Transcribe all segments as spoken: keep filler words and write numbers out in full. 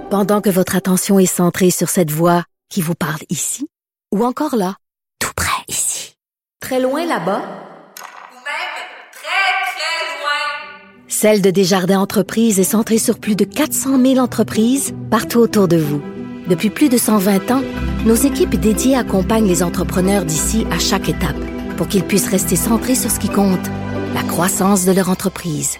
Pendant que votre attention est centrée sur cette voix qui vous parle ici, ou encore là, tout près ici, très loin là-bas, ou même très, très loin. Celle de Desjardins Entreprises est centrée sur plus de quatre cent mille entreprises partout autour de vous. Depuis plus de cent vingt ans, nos équipes dédiées accompagnent les entrepreneurs d'ici à chaque étape pour qu'ils puissent rester centrés sur ce qui compte, la croissance de leur entreprise.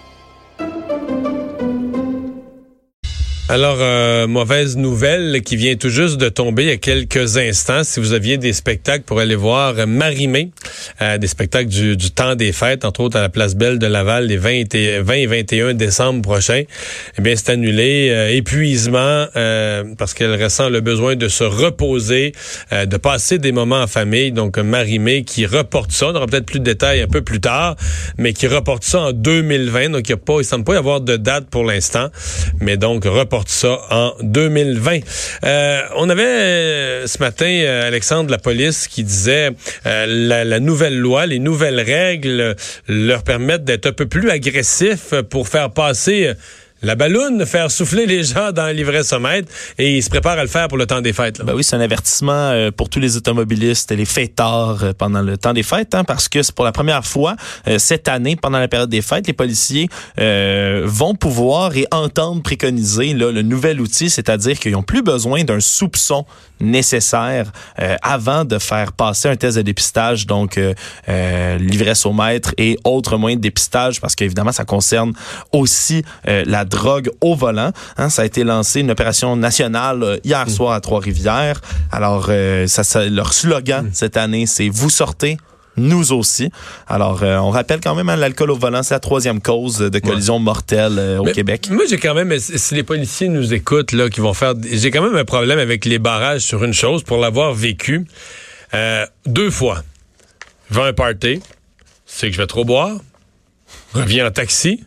Alors, euh, mauvaise nouvelle qui vient tout juste de tomber il y a quelques instants. Si vous aviez des spectacles pour aller voir Marie-Mé, euh, des spectacles du, du temps des fêtes, entre autres à la Place Belle de Laval, les vingt et, vingt et vingt et un décembre prochains, eh bien, c'est annulé. Euh, épuisement, euh, parce qu'elle ressent le besoin de se reposer, euh, de passer des moments en famille. Donc, Marie-Mé qui reporte ça. On aura peut-être plus de détails un peu plus tard, mais qui reporte ça en deux mille vingt. Donc, il ne il semble pas y avoir de date pour l'instant, mais donc, reporte ça en deux mille vingt. Euh, on avait euh, ce matin euh, Alexandre de la police qui disait euh, la, la nouvelle loi, les nouvelles règles euh, leur permettent d'être un peu plus agressifs pour faire passer euh, la balloune, faire souffler les gens dans l'ivresse-au-maître, et ils se préparent à le faire pour le temps des fêtes. Là. Ben oui, c'est un avertissement euh, pour tous les automobilistes et les fêtards euh, pendant le temps des fêtes, hein, parce que c'est pour la première fois euh, cette année, pendant la période des fêtes, les policiers euh, vont pouvoir et entendre préconiser là, le nouvel outil, c'est-à-dire qu'ils n'ont plus besoin d'un soupçon nécessaire euh, avant de faire passer un test de dépistage, donc euh, euh, l'ivresse au mètre et autres moyens de dépistage, parce qu'évidemment, ça concerne aussi euh, la drogue au volant. Hein, ça a été lancé une opération nationale euh, hier mmh. soir à Trois-Rivières. Alors, euh, ça, ça, leur slogan mmh. cette année, c'est « Vous sortez ». Nous aussi. Alors, euh, on rappelle quand même, hein, l'alcool au volant, c'est la troisième cause de collision ouais. mortelle euh, au Mais, Québec. Moi, j'ai quand même, si les policiers nous écoutent, là, qui vont faire, j'ai quand même un problème avec les barrages sur une chose, pour l'avoir vécu euh, deux fois. Je vais à un party, c'est que je vais trop boire, reviens en taxi,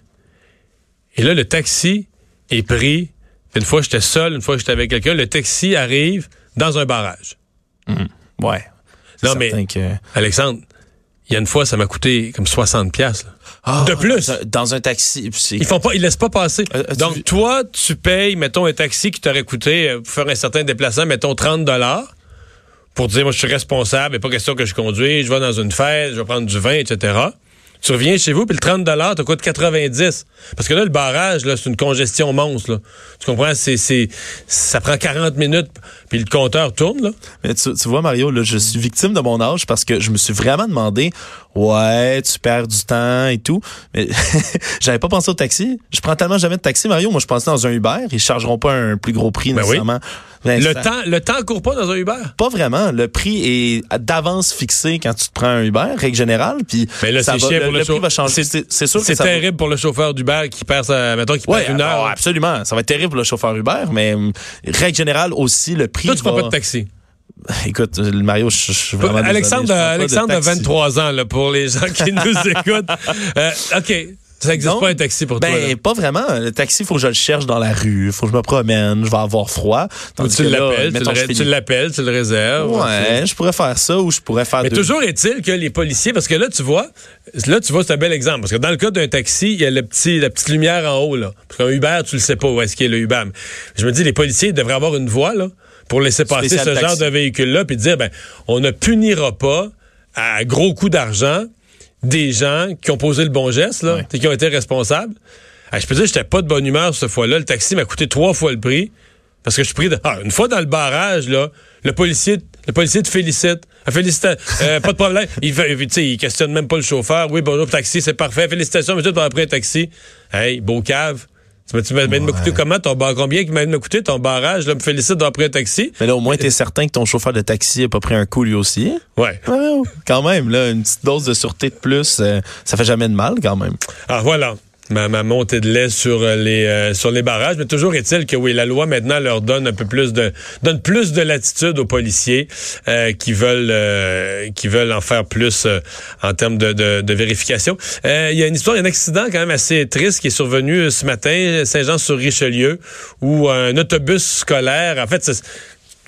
et là, le taxi est pris. Une fois, j'étais seul, une fois, j'étais avec quelqu'un, le taxi arrive dans un barrage. Mmh. Ouais. Non, mais, que... Alexandre, il y a une fois, ça m'a coûté comme soixante piastres. Oh, de plus. Dans un, dans un taxi. C'est... Ils font pas, ils laissent pas passer. Euh, Donc, tu... toi, tu payes, mettons, un taxi qui t'aurait coûté, pour faire un certain déplacement, mettons, trente dollars, pour dire, moi, je suis responsable, il n'est pas question que je conduise, je vais dans une fête, je vais prendre du vin, et cetera. Tu reviens chez vous, puis le trente dollars te coûte quatre-vingt-dix. Parce que là, le barrage, là, c'est une congestion monstre, là. Tu comprends? C'est, c'est, ça prend quarante minutes, puis le compteur tourne, là. Mais tu, tu vois, Mario, là, je suis victime de mon âge parce que je me suis vraiment demandé, ouais, tu perds du temps et tout. Mais j'avais pas pensé au taxi. Je prends tellement jamais de taxi, Mario. Moi, je pensais dans un Uber. Ils chargeront pas un plus gros prix, ben nécessairement. Oui. Le temps, le temps court pas dans un Uber? Pas vraiment. Le prix est d'avance fixé quand tu te prends un Uber, règle générale. Puis mais là, ça c'est va, chiant le, pour le, le chau- prix va changer. C'est, c'est, c'est sûr c'est que ça terrible va... pour le chauffeur d'Uber qui perd sa, mettons, qui ouais, perd une heure. Oh, absolument. Ça va être terrible pour le chauffeur Uber, mais règle générale aussi, le prix Toi, tu va... prends pas de taxi? Écoute, Mario, je, je suis vraiment Alexandre, désolé, Alexandre a vingt-trois ans, là, pour les gens qui nous écoutent. Euh, OK. Ça n'existe non, pas un taxi pour ben, toi? Ben, pas vraiment. Le taxi, il faut que je le cherche dans la rue, il faut que je me promène, je vais avoir froid. Ou tu l'appelles, là, tu, le, tu l'appelles, tu le réserves. Ouais, je pourrais faire ça ou je pourrais faire... Mais deux. toujours est-il que les policiers, parce que là, tu vois, là, tu vois, c'est un bel exemple. Parce que dans le cas d'un taxi, il y a le petit, la petite lumière en haut, là. Parce qu'un Uber, tu le sais pas où est-ce qu'il est le Uber. Je me dis, les policiers devraient avoir une voie, là, pour laisser passer Spécial ce taxi. Genre de véhicule-là, puis dire, ben, on ne punira pas à gros coups d'argent des gens qui ont posé le bon geste, là, ouais. qui ont été responsables. Alors, je peux dire, j'étais pas de bonne humeur cette fois-là. Le taxi m'a coûté trois fois le prix. Parce que je suis pris de... Ah, une fois dans le barrage, là, le policier, le policier te félicite. Félicitations. Euh, pas de problème. Il, fait, il questionne même pas le chauffeur. Oui, bonjour, taxi, c'est parfait. Félicitations, monsieur, pour après un taxi. Hey, beau cave. Tu m'as ouais. me coûter comment ton bar, combien qui m'a me coûté ton barrage, là, me félicite d'avoir pris un taxi. Mais là, au moins, t'es certain que ton chauffeur de taxi a pas pris un coup lui aussi. Ouais. ouais quand même, là, une petite dose de sûreté de plus, euh, ça fait jamais de mal, quand même. Ah, voilà. Ma, ma montée de lait sur les euh, sur les barrages, mais toujours est-il que oui, la loi maintenant leur donne un peu plus de donne plus de latitude aux policiers euh, qui veulent euh, qui veulent en faire plus euh, en termes de, de, de vérification. Euh, il y a une histoire, il y a un accident quand même assez triste qui est survenu ce matin, Saint-Jean-sur-Richelieu, où un autobus scolaire, en fait, c'est,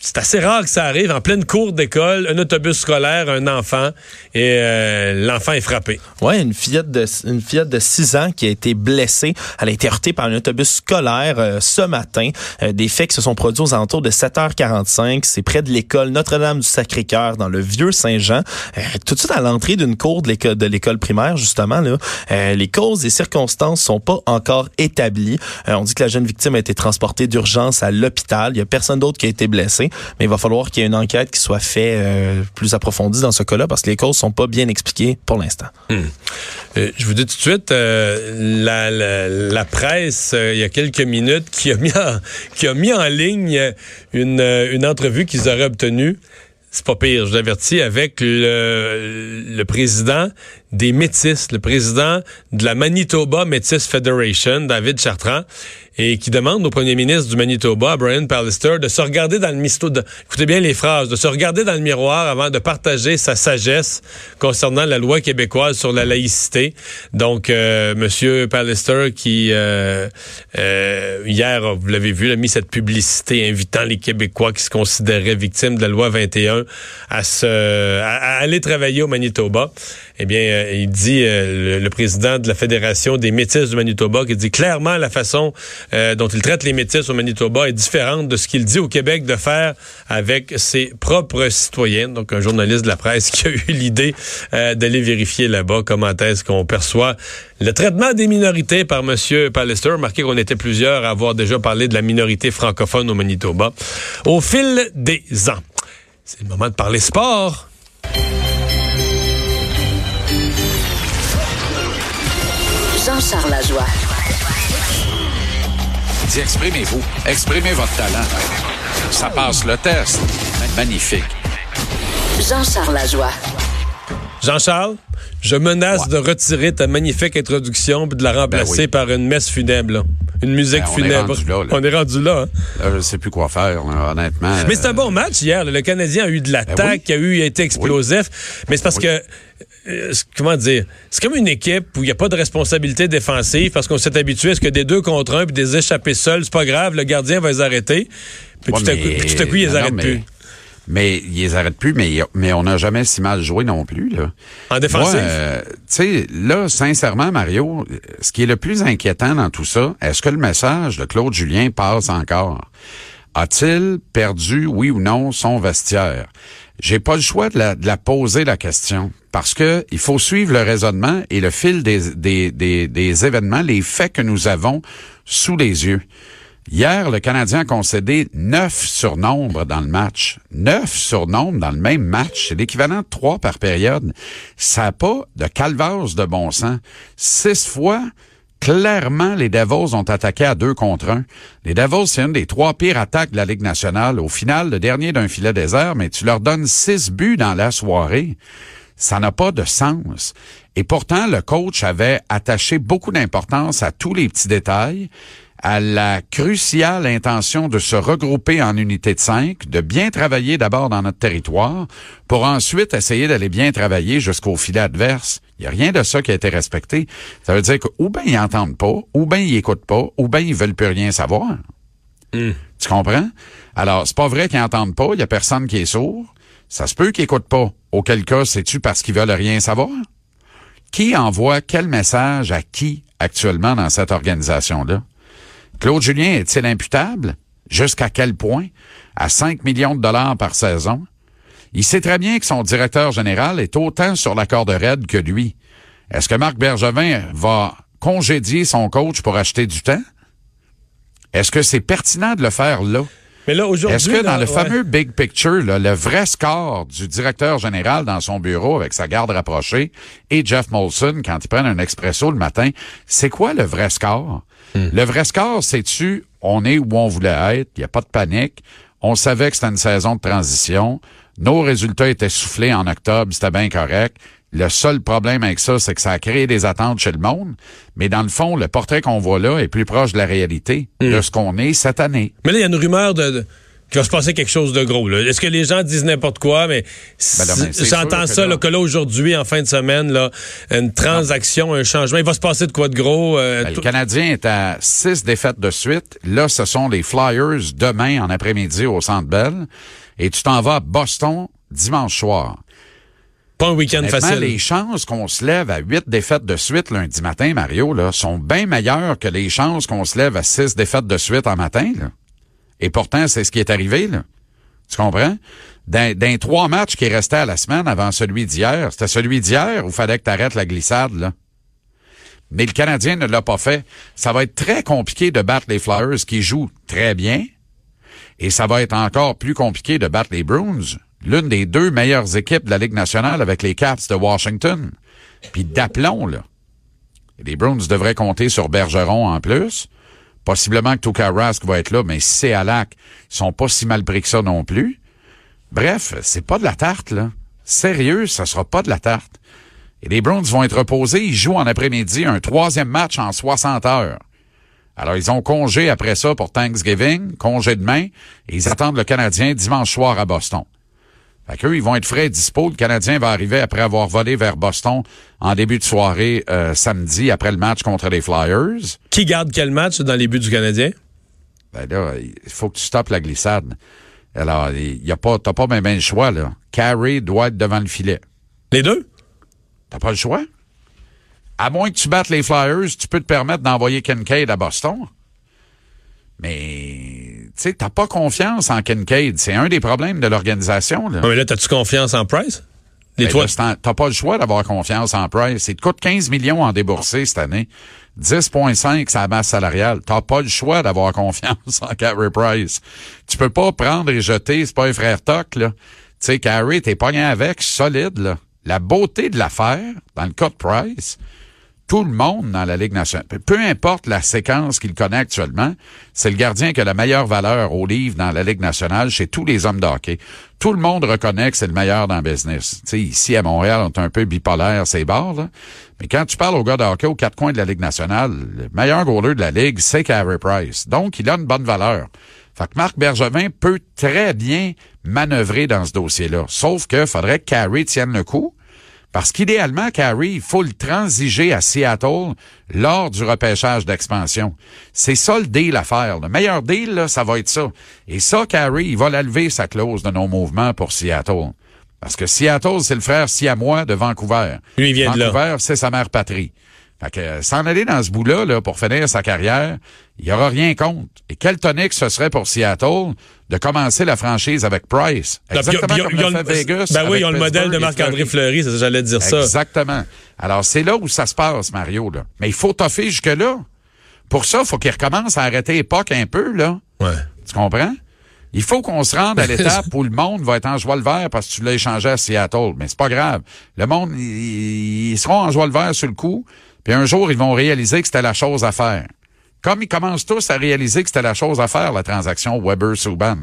c'est assez rare que ça arrive en pleine cour d'école, un autobus scolaire, un enfant, et euh, l'enfant est frappé. Oui, une fillette de une fillette de six ans qui a été blessée. Elle a été heurtée par un autobus scolaire euh, ce matin. Euh, des faits qui se sont produits aux alentours de sept heures quarante-cinq. C'est près de l'école Notre-Dame du Sacré-Cœur dans le Vieux-Saint-Jean. Euh, tout de suite à l'entrée d'une cour de l'école, de l'école primaire, justement, là, euh, les causes et circonstances sont pas encore établies. Euh, on dit que la jeune victime a été transportée d'urgence à l'hôpital. Il y a personne d'autre qui a été blessé. Mais il va falloir qu'il y ait une enquête qui soit faite euh, plus approfondie dans ce cas-là parce que les causes sont pas bien expliquées pour l'instant. Hum. Euh, je vous dis tout de suite, euh, la, la, la presse, euh, il y a quelques minutes, qui a mis en, qui a mis en ligne une, une entrevue qu'ils auraient obtenue. C'est pas pire, je l'avertis, avec le, le président des Métis, le président de la Manitoba Métis Federation, David Chartrand, et qui demande au premier ministre du Manitoba, Brian Pallister, de se regarder dans le miroir, écoutez bien les phrases, de se regarder dans le miroir avant de partager sa sagesse concernant la loi québécoise sur la laïcité. Donc, euh, Monsieur Pallister qui, euh, euh, hier, vous l'avez vu, a mis cette publicité invitant les Québécois qui se considéraient victimes de la loi vingt et un à, se, à, à aller travailler au Manitoba. Eh bien, euh, il dit, euh, le, le président de la Fédération des Métis du Manitoba, qui dit clairement la façon euh, dont il traite les Métis au Manitoba est différente de ce qu'il dit au Québec de faire avec ses propres citoyens. Donc, un journaliste de la presse qui a eu l'idée euh, d'aller vérifier là-bas comment est-ce qu'on perçoit le traitement des minorités par M. Pallister. Remarquez qu'on était plusieurs à avoir déjà parlé de la minorité francophone au Manitoba au fil des ans. C'est le moment de parler sport. Jean-Charles Lajoie. Dis, exprimez-vous. Exprimez votre talent. Ça passe le test. Magnifique. Jean-Charles Lajoie. Jean-Charles, je menace ouais. de retirer ta magnifique introduction et de la remplacer ben oui. par une messe funèbre. Là. Une musique ben, on funèbre. Est là, là. On est rendu là. Hein? Là, je ne sais plus quoi faire, là, honnêtement. Mais c'est un bon match hier. Là. Le Canadien a eu de l'attaque, ben oui. a eu, a été explosif. Oui. Mais c'est parce oui. que, euh, comment dire, c'est comme une équipe où il n'y a pas de responsabilité défensive parce qu'on s'est habitué à ce que des deux contre un puis des échappés seuls, c'est pas grave, le gardien va les arrêter. Puis, ouais, tout, à coup, puis tout à coup, il les arrête mais... plus. Mais ils les arrêtent plus, mais, mais on n'a jamais si mal joué non plus, là. En défensif? Euh, tu sais, là, sincèrement, Mario, ce qui est le plus inquiétant dans tout ça, est-ce que le message de Claude Julien passe encore? A-t-il perdu, oui ou non, son vestiaire? J'ai pas le choix de la, de la poser, la question, parce que il faut suivre le raisonnement et le fil des, des, des, des événements, les faits que nous avons sous les yeux. Hier, le Canadien a concédé neuf surnombres dans le match. Neuf surnombres dans le même match. C'est l'équivalent de trois par période. Ça n'a pas de calvaire de bon sens. Six fois, clairement, les Devils ont attaqué à deux contre un. Les Devils, c'est une des trois pires attaques de la Ligue nationale. Au final, le dernier d'un filet désert, mais tu leur donnes six buts dans la soirée. Ça n'a pas de sens. Et pourtant, le coach avait attaché beaucoup d'importance à tous les petits détails, à la cruciale intention de se regrouper en unité de cinq, de bien travailler d'abord dans notre territoire, pour ensuite essayer d'aller bien travailler jusqu'au filet adverse. Il n'y a rien de ça qui a été respecté. Ça veut dire que ou bien ils n'entendent pas, ou bien ils écoutent pas, ou bien ils veulent plus rien savoir. Mm. Tu comprends? Alors, c'est pas vrai qu'ils n'entendent pas, il y a personne qui est sourd. Ça se peut qu'ils écoutent pas. Auquel cas, c'est-tu parce qu'ils veulent rien savoir? Qui envoie quel message à qui actuellement dans cette organisation-là? Claude Julien est-il imputable? Jusqu'à quel point? À cinq millions de dollars par saison? Il sait très bien que son directeur général est autant sur la corde raide que lui. Est-ce que Marc Bergevin va congédier son coach pour acheter du temps? Est-ce que c'est pertinent de le faire là? Mais là, aujourd'hui, est-ce que dans là, le ouais. fameux big picture, là, le vrai score du directeur général dans son bureau avec sa garde rapprochée et Jeff Molson quand ils prennent un expresso le matin, c'est quoi le vrai score? Hmm. Le vrai score, c'est-tu, on est où on voulait être, il n'y a pas de panique, on savait que c'était une saison de transition, nos résultats étaient soufflés en octobre, c'était bien correct. Le seul problème avec ça, c'est que ça a créé des attentes chez le monde. Mais dans le fond, le portrait qu'on voit là est plus proche de la réalité, mmh. de ce qu'on est cette année. Mais là, il y a une rumeur de... de qu'il va se passer quelque chose de gros. Là. Est-ce que les gens disent n'importe quoi, mais, Ben là, mais j'entends ça, que là, là, que là, aujourd'hui, en fin de semaine, là, une transaction, un changement, il va se passer de quoi de gros? Euh, ben, le Canadien est à six défaites de suite. Là, ce sont les Flyers demain en après-midi au Centre Bell. Et tu t'en vas à Boston dimanche soir. Pas un week-end Honnêtement, facile. Les chances qu'on se lève à huit défaites de suite lundi matin, Mario, là, sont bien meilleures que les chances qu'on se lève à six défaites de suite en matin, là. Et pourtant, c'est ce qui est arrivé, là. Tu comprends? Dans, dans trois matchs qui restaient à la semaine avant celui d'hier, c'était celui d'hier où il fallait que tu arrêtes la glissade, là. Mais le Canadien ne l'a pas fait. Ça va être très compliqué de battre les Flyers qui jouent très bien. Et ça va être encore plus compliqué de battre les Bruins, l'une des deux meilleures équipes de la Ligue nationale avec les Caps de Washington. Puis d'aplomb, là. Les Bruins devraient compter sur Bergeron en plus. Possiblement que Tuukka Rask va être là, mais si c'est Halak, ils sont pas si mal pris que ça non plus. Bref, c'est pas de la tarte, là. Sérieux, ça sera pas de la tarte. Et les Bruins vont être reposés. Ils jouent en après-midi un troisième match en soixante heures. Alors, ils ont congé après ça pour Thanksgiving, congé demain, et ils attendent le Canadien dimanche soir à Boston. Fait qu'eux, ils vont être frais et dispo. Le Canadien va arriver après avoir volé vers Boston en début de soirée euh, samedi, après le match contre les Flyers. Qui garde quel match dans les buts du Canadien? Ben là, il faut que tu stoppes la glissade. Alors, il y a pas, t'as pas même ben le choix, là. Carey doit être devant le filet. Les deux? T'as pas le choix? À moins que tu battes les Flyers, tu peux te permettre d'envoyer Kincaid à Boston. Mais, tu sais, t'as pas confiance en Kincaid. C'est un des problèmes de l'organisation, là. Ouais, mais là, t'as-tu confiance en Price? Les Ben toi... là, t'as pas le choix d'avoir confiance en Price. Il te coûte quinze millions en déboursé cette année. dix virgule cinq, c'est la masse salariale. T'as pas le choix d'avoir confiance en Carey Price. Tu peux pas prendre et jeter, c'est pas un frère Toc, là. Tu sais, Carey, t'es pogné avec, solide, là. La beauté de l'affaire, dans le cas de Price, tout le monde dans la Ligue nationale, peu importe la séquence qu'il connaît actuellement, c'est le gardien qui a la meilleure valeur au livre dans la Ligue nationale chez tous les hommes de hockey. Tout le monde reconnaît que c'est le meilleur dans le business. Tu sais, ici à Montréal, on est un peu bipolaire, ces bords, là. Mais quand tu parles aux gars de hockey aux quatre coins de la Ligue nationale, le meilleur goaler de la Ligue, c'est Carey Price. Donc, il a une bonne valeur. Fait que Marc Bergevin peut très bien manœuvrer dans ce dossier-là. Sauf que faudrait que Carey tienne le coup. Parce qu'idéalement, Carey, il faut le transiger à Seattle lors du repêchage d'expansion. C'est ça le deal à faire. Le meilleur deal, là, ça va être ça. Et ça, Carey, il va la lever, sa clause de non-mouvement pour Seattle. Parce que Seattle, c'est le frère siamois de Vancouver. Lui, il vient de là. Vancouver, c'est sa mère patrie. Fait que euh, s'en aller dans ce bout-là, là, pour finir sa carrière, il n'y aura rien contre. Et quel tonique ce serait pour Seattle de commencer la franchise avec Price? Exactement Là, comme ils ont, le fait Vegas. Ben oui, ils ont le modèle de Pittsburgh Marc-André Fleury, c'est ça, j'allais dire ça. Exactement. Alors, c'est là où ça se passe, Mario, là. Mais il faut toffer jusque-là. Pour ça, il faut qu'il recommence à arrêter époque un peu, là. Ouais. Tu comprends? Il faut qu'on se rende à l'étape où le monde va être en joie le vert parce que tu l'as échangé à Seattle. Mais c'est pas grave. Le monde, ils, ils seront en joie le vert sur le coup. Puis un jour, ils vont réaliser que c'était la chose à faire. Comme ils commencent tous à réaliser que c'était la chose à faire, la transaction Weber-Subban.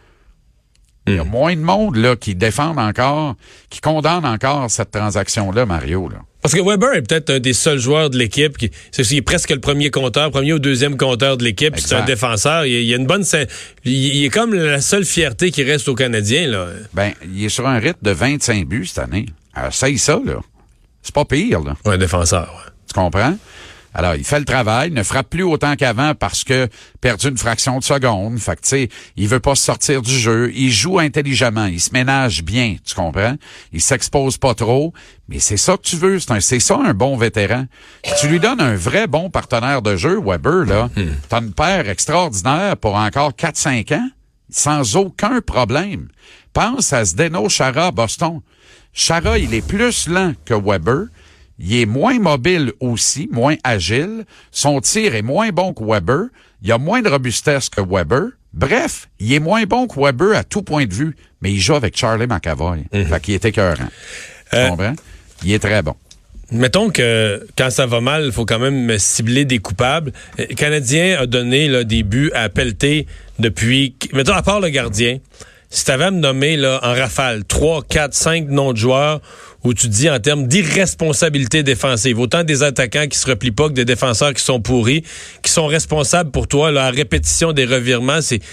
Il y a moins de monde là qui défendent encore, qui condamnent encore cette transaction-là, Mario. Là. Parce que Weber est peut-être un des seuls joueurs de l'équipe qui, c'est, il est presque le premier compteur, premier ou deuxième compteur de l'équipe. C'est un défenseur. Il, il a une bonne, il, il est comme la seule fierté qui reste aux Canadiens là. Ben, il est sur un rythme de vingt-cinq buts cette année. Alors, essaye ça là. C'est pas pire là. Un défenseur. Ouais. Tu comprends? Alors, il fait le travail, ne frappe plus autant qu'avant parce que perdu une fraction de seconde. Fait que, tu sais, il veut pas se sortir du jeu. Il joue intelligemment. Il se ménage bien, tu comprends? Il s'expose pas trop. Mais c'est ça que tu veux. C'est, un, c'est ça, un bon vétéran. Si tu lui donnes un vrai bon partenaire de jeu, Weber, là, mm. t'as une paire extraordinaire pour encore quatre cinq ans, sans aucun problème. Pense à Zdeno Chara à Boston. Chara, il est plus lent que Weber. Il est moins mobile aussi, moins agile. Son tir est moins bon que Weber. Il a moins de robustesse que Weber. Bref, il est moins bon que Weber à tout point de vue, mais il joue avec Charlie McAvoy. Mm-hmm. Fait qu'il est écœurant. Euh, tu comprends? Il est très bon. Mettons que quand ça va mal, il faut quand même cibler des coupables. Le Canadien a donné là, des buts à pelleter depuis... Mettons, à part le gardien, si tu avais à me nommer là, en rafale trois, quatre, cinq noms de joueurs où tu dis en termes d'irresponsabilité défensive, autant des attaquants qui se replient pas que des défenseurs qui sont pourris, qui sont responsables pour toi là, à répétition des revirements, c'est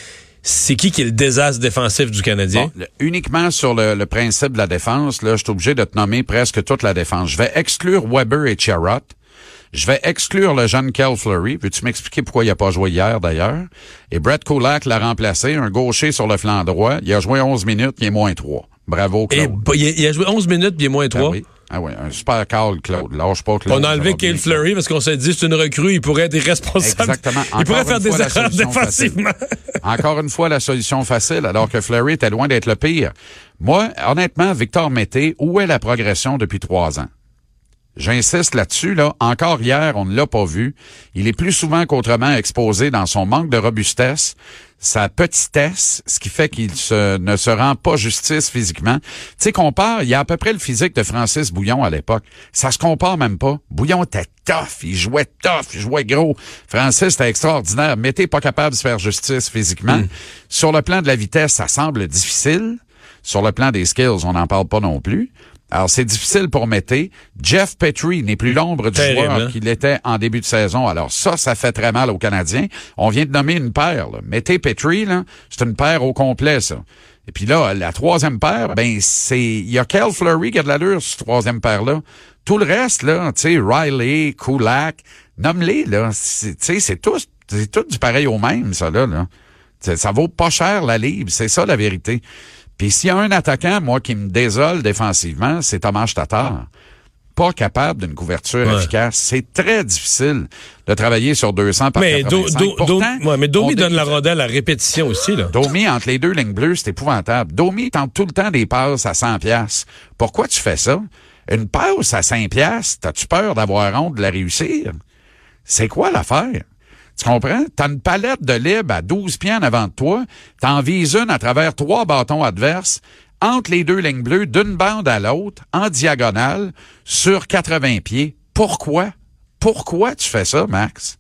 c'est qui qui est le désastre défensif du Canadien? Bon, le, uniquement sur le, le principe de la défense, là, je suis obligé de te nommer presque toute la défense. Je vais exclure Weber et Chariot. Je vais exclure le jeune Cal Fleury. Peux-tu m'expliquer pourquoi il n'a pas joué hier, d'ailleurs? Et Brett Kulak l'a remplacé, un gaucher sur le flanc droit. Il a joué onze minutes, il est moins trois. Bravo, Claude. Et, il a joué onze minutes, puis il est moins trois. Ah oui. Ah oui, un super call, Claude. Lâche pas, Claude. On a enlevé Cal Fleury parce qu'on s'est dit c'est une recrue, il pourrait être irresponsable. Exactement. Il pourrait faire des erreurs défensivement. Encore une fois, la solution facile, alors que Fleury était loin d'être le pire. Moi, honnêtement, Victor Mété, où est la progression depuis trois ans? J'insiste là-dessus, là. Encore hier, on ne l'a pas vu. Il est plus souvent qu'autrement exposé dans son manque de robustesse, sa petitesse, ce qui fait qu'il se, ne se rend pas justice physiquement. Tu sais, compare, il y a à peu près le physique de Francis Bouillon à l'époque. Ça se compare même pas. Bouillon était tough, il jouait tough, il jouait gros. Francis était extraordinaire, mais t'es pas capable de se faire justice physiquement. Mm. Sur le plan de la vitesse, ça semble difficile. Sur le plan des skills, on n'en parle pas non plus. Alors, c'est difficile pour Mété. Jeff Petrie n'est plus l'ombre du Terrible, joueur hein? qu'il était en début de saison. Alors, ça, ça fait très mal aux Canadiens. On vient de nommer une paire, là. Mété Petrie, là, c'est une paire au complet, ça. Et puis là, la troisième paire, ben, c'est, il y a Cal Fleury qui a de l'allure, cette troisième paire-là. Tout le reste, là, tu sais, Riley, Kulak, nomme-les, là. Tu sais, c'est tout, c'est tout du pareil au même, ça, là, là. T'sais, ça vaut pas cher, la livre. C'est ça, la vérité. Puis s'il y a un attaquant, moi, qui me désole défensivement, c'est Tomas Tatar. Pas capable d'une couverture ouais. efficace. C'est très difficile de travailler sur deux cents par mais quatre-vingt-cinq. Do, do, Pourtant, do, ouais, mais Domi donne dé... la rondelle à répétition aussi, là. Domi, entre les deux lignes bleues, c'est épouvantable. Domi tente tout le temps des passes à cent piastres. Pourquoi tu fais ça? Une passe à cinq piastres, t'as-tu peur d'avoir honte de la réussir? C'est quoi l'affaire? Tu comprends? T'as une palette de libre à douze pieds en avant de toi, t'en vises une à travers trois bâtons adverses, entre les deux lignes bleues, d'une bande à l'autre, en diagonale, sur quatre-vingts pieds. Pourquoi? Pourquoi tu fais ça, Max?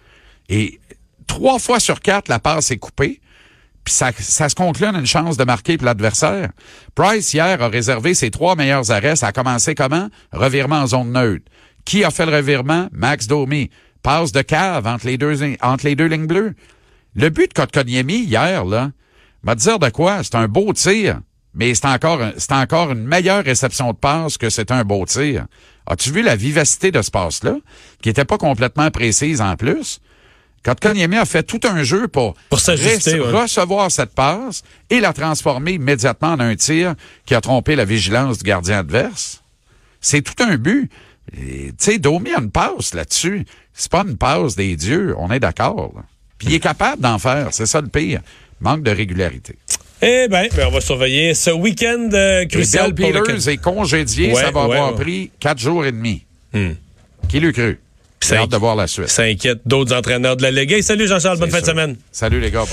Et trois fois sur quatre, la passe est coupée, puis ça, ça se conclut en une chance de marquer pour l'adversaire. Price, hier, a réservé ses trois meilleurs arrêts. Ça a commencé comment? Revirement en zone neutre. Qui a fait le revirement? Max Domi. Passe de cave entre les deux, entre les deux lignes bleues. Le but de Kotkaniemi hier, là, m'a dire de quoi? C'est un beau tir, mais c'est encore, c'est encore une meilleure réception de passe que c'est un beau tir. As-tu vu la vivacité de ce passe-là, qui était pas complètement précise en plus? Kotkaniemi a fait tout un jeu pour, pour s'ajuster, re- ouais. recevoir cette passe et la transformer immédiatement en un tir qui a trompé la vigilance du gardien adverse. C'est tout un but. Tu sais, Domi a une passe là-dessus. C'est pas une passe des dieux, on est d'accord. Là. Puis il est capable d'en faire, c'est ça le pire. Manque de régularité. Eh bien, ben on va surveiller ce week-end euh, crucial. Et Bill pour Peters le... est congédié, ouais, ça va ouais, avoir ouais. pris quatre jours et demi. Hmm. Qui l'eût cru? J'ai hâte de voir la suite. Ça inquiète d'autres entraîneurs de la Ligue. Hey, salut Jean-Charles, bonne C'est fin de sûr. semaine. Salut les gars.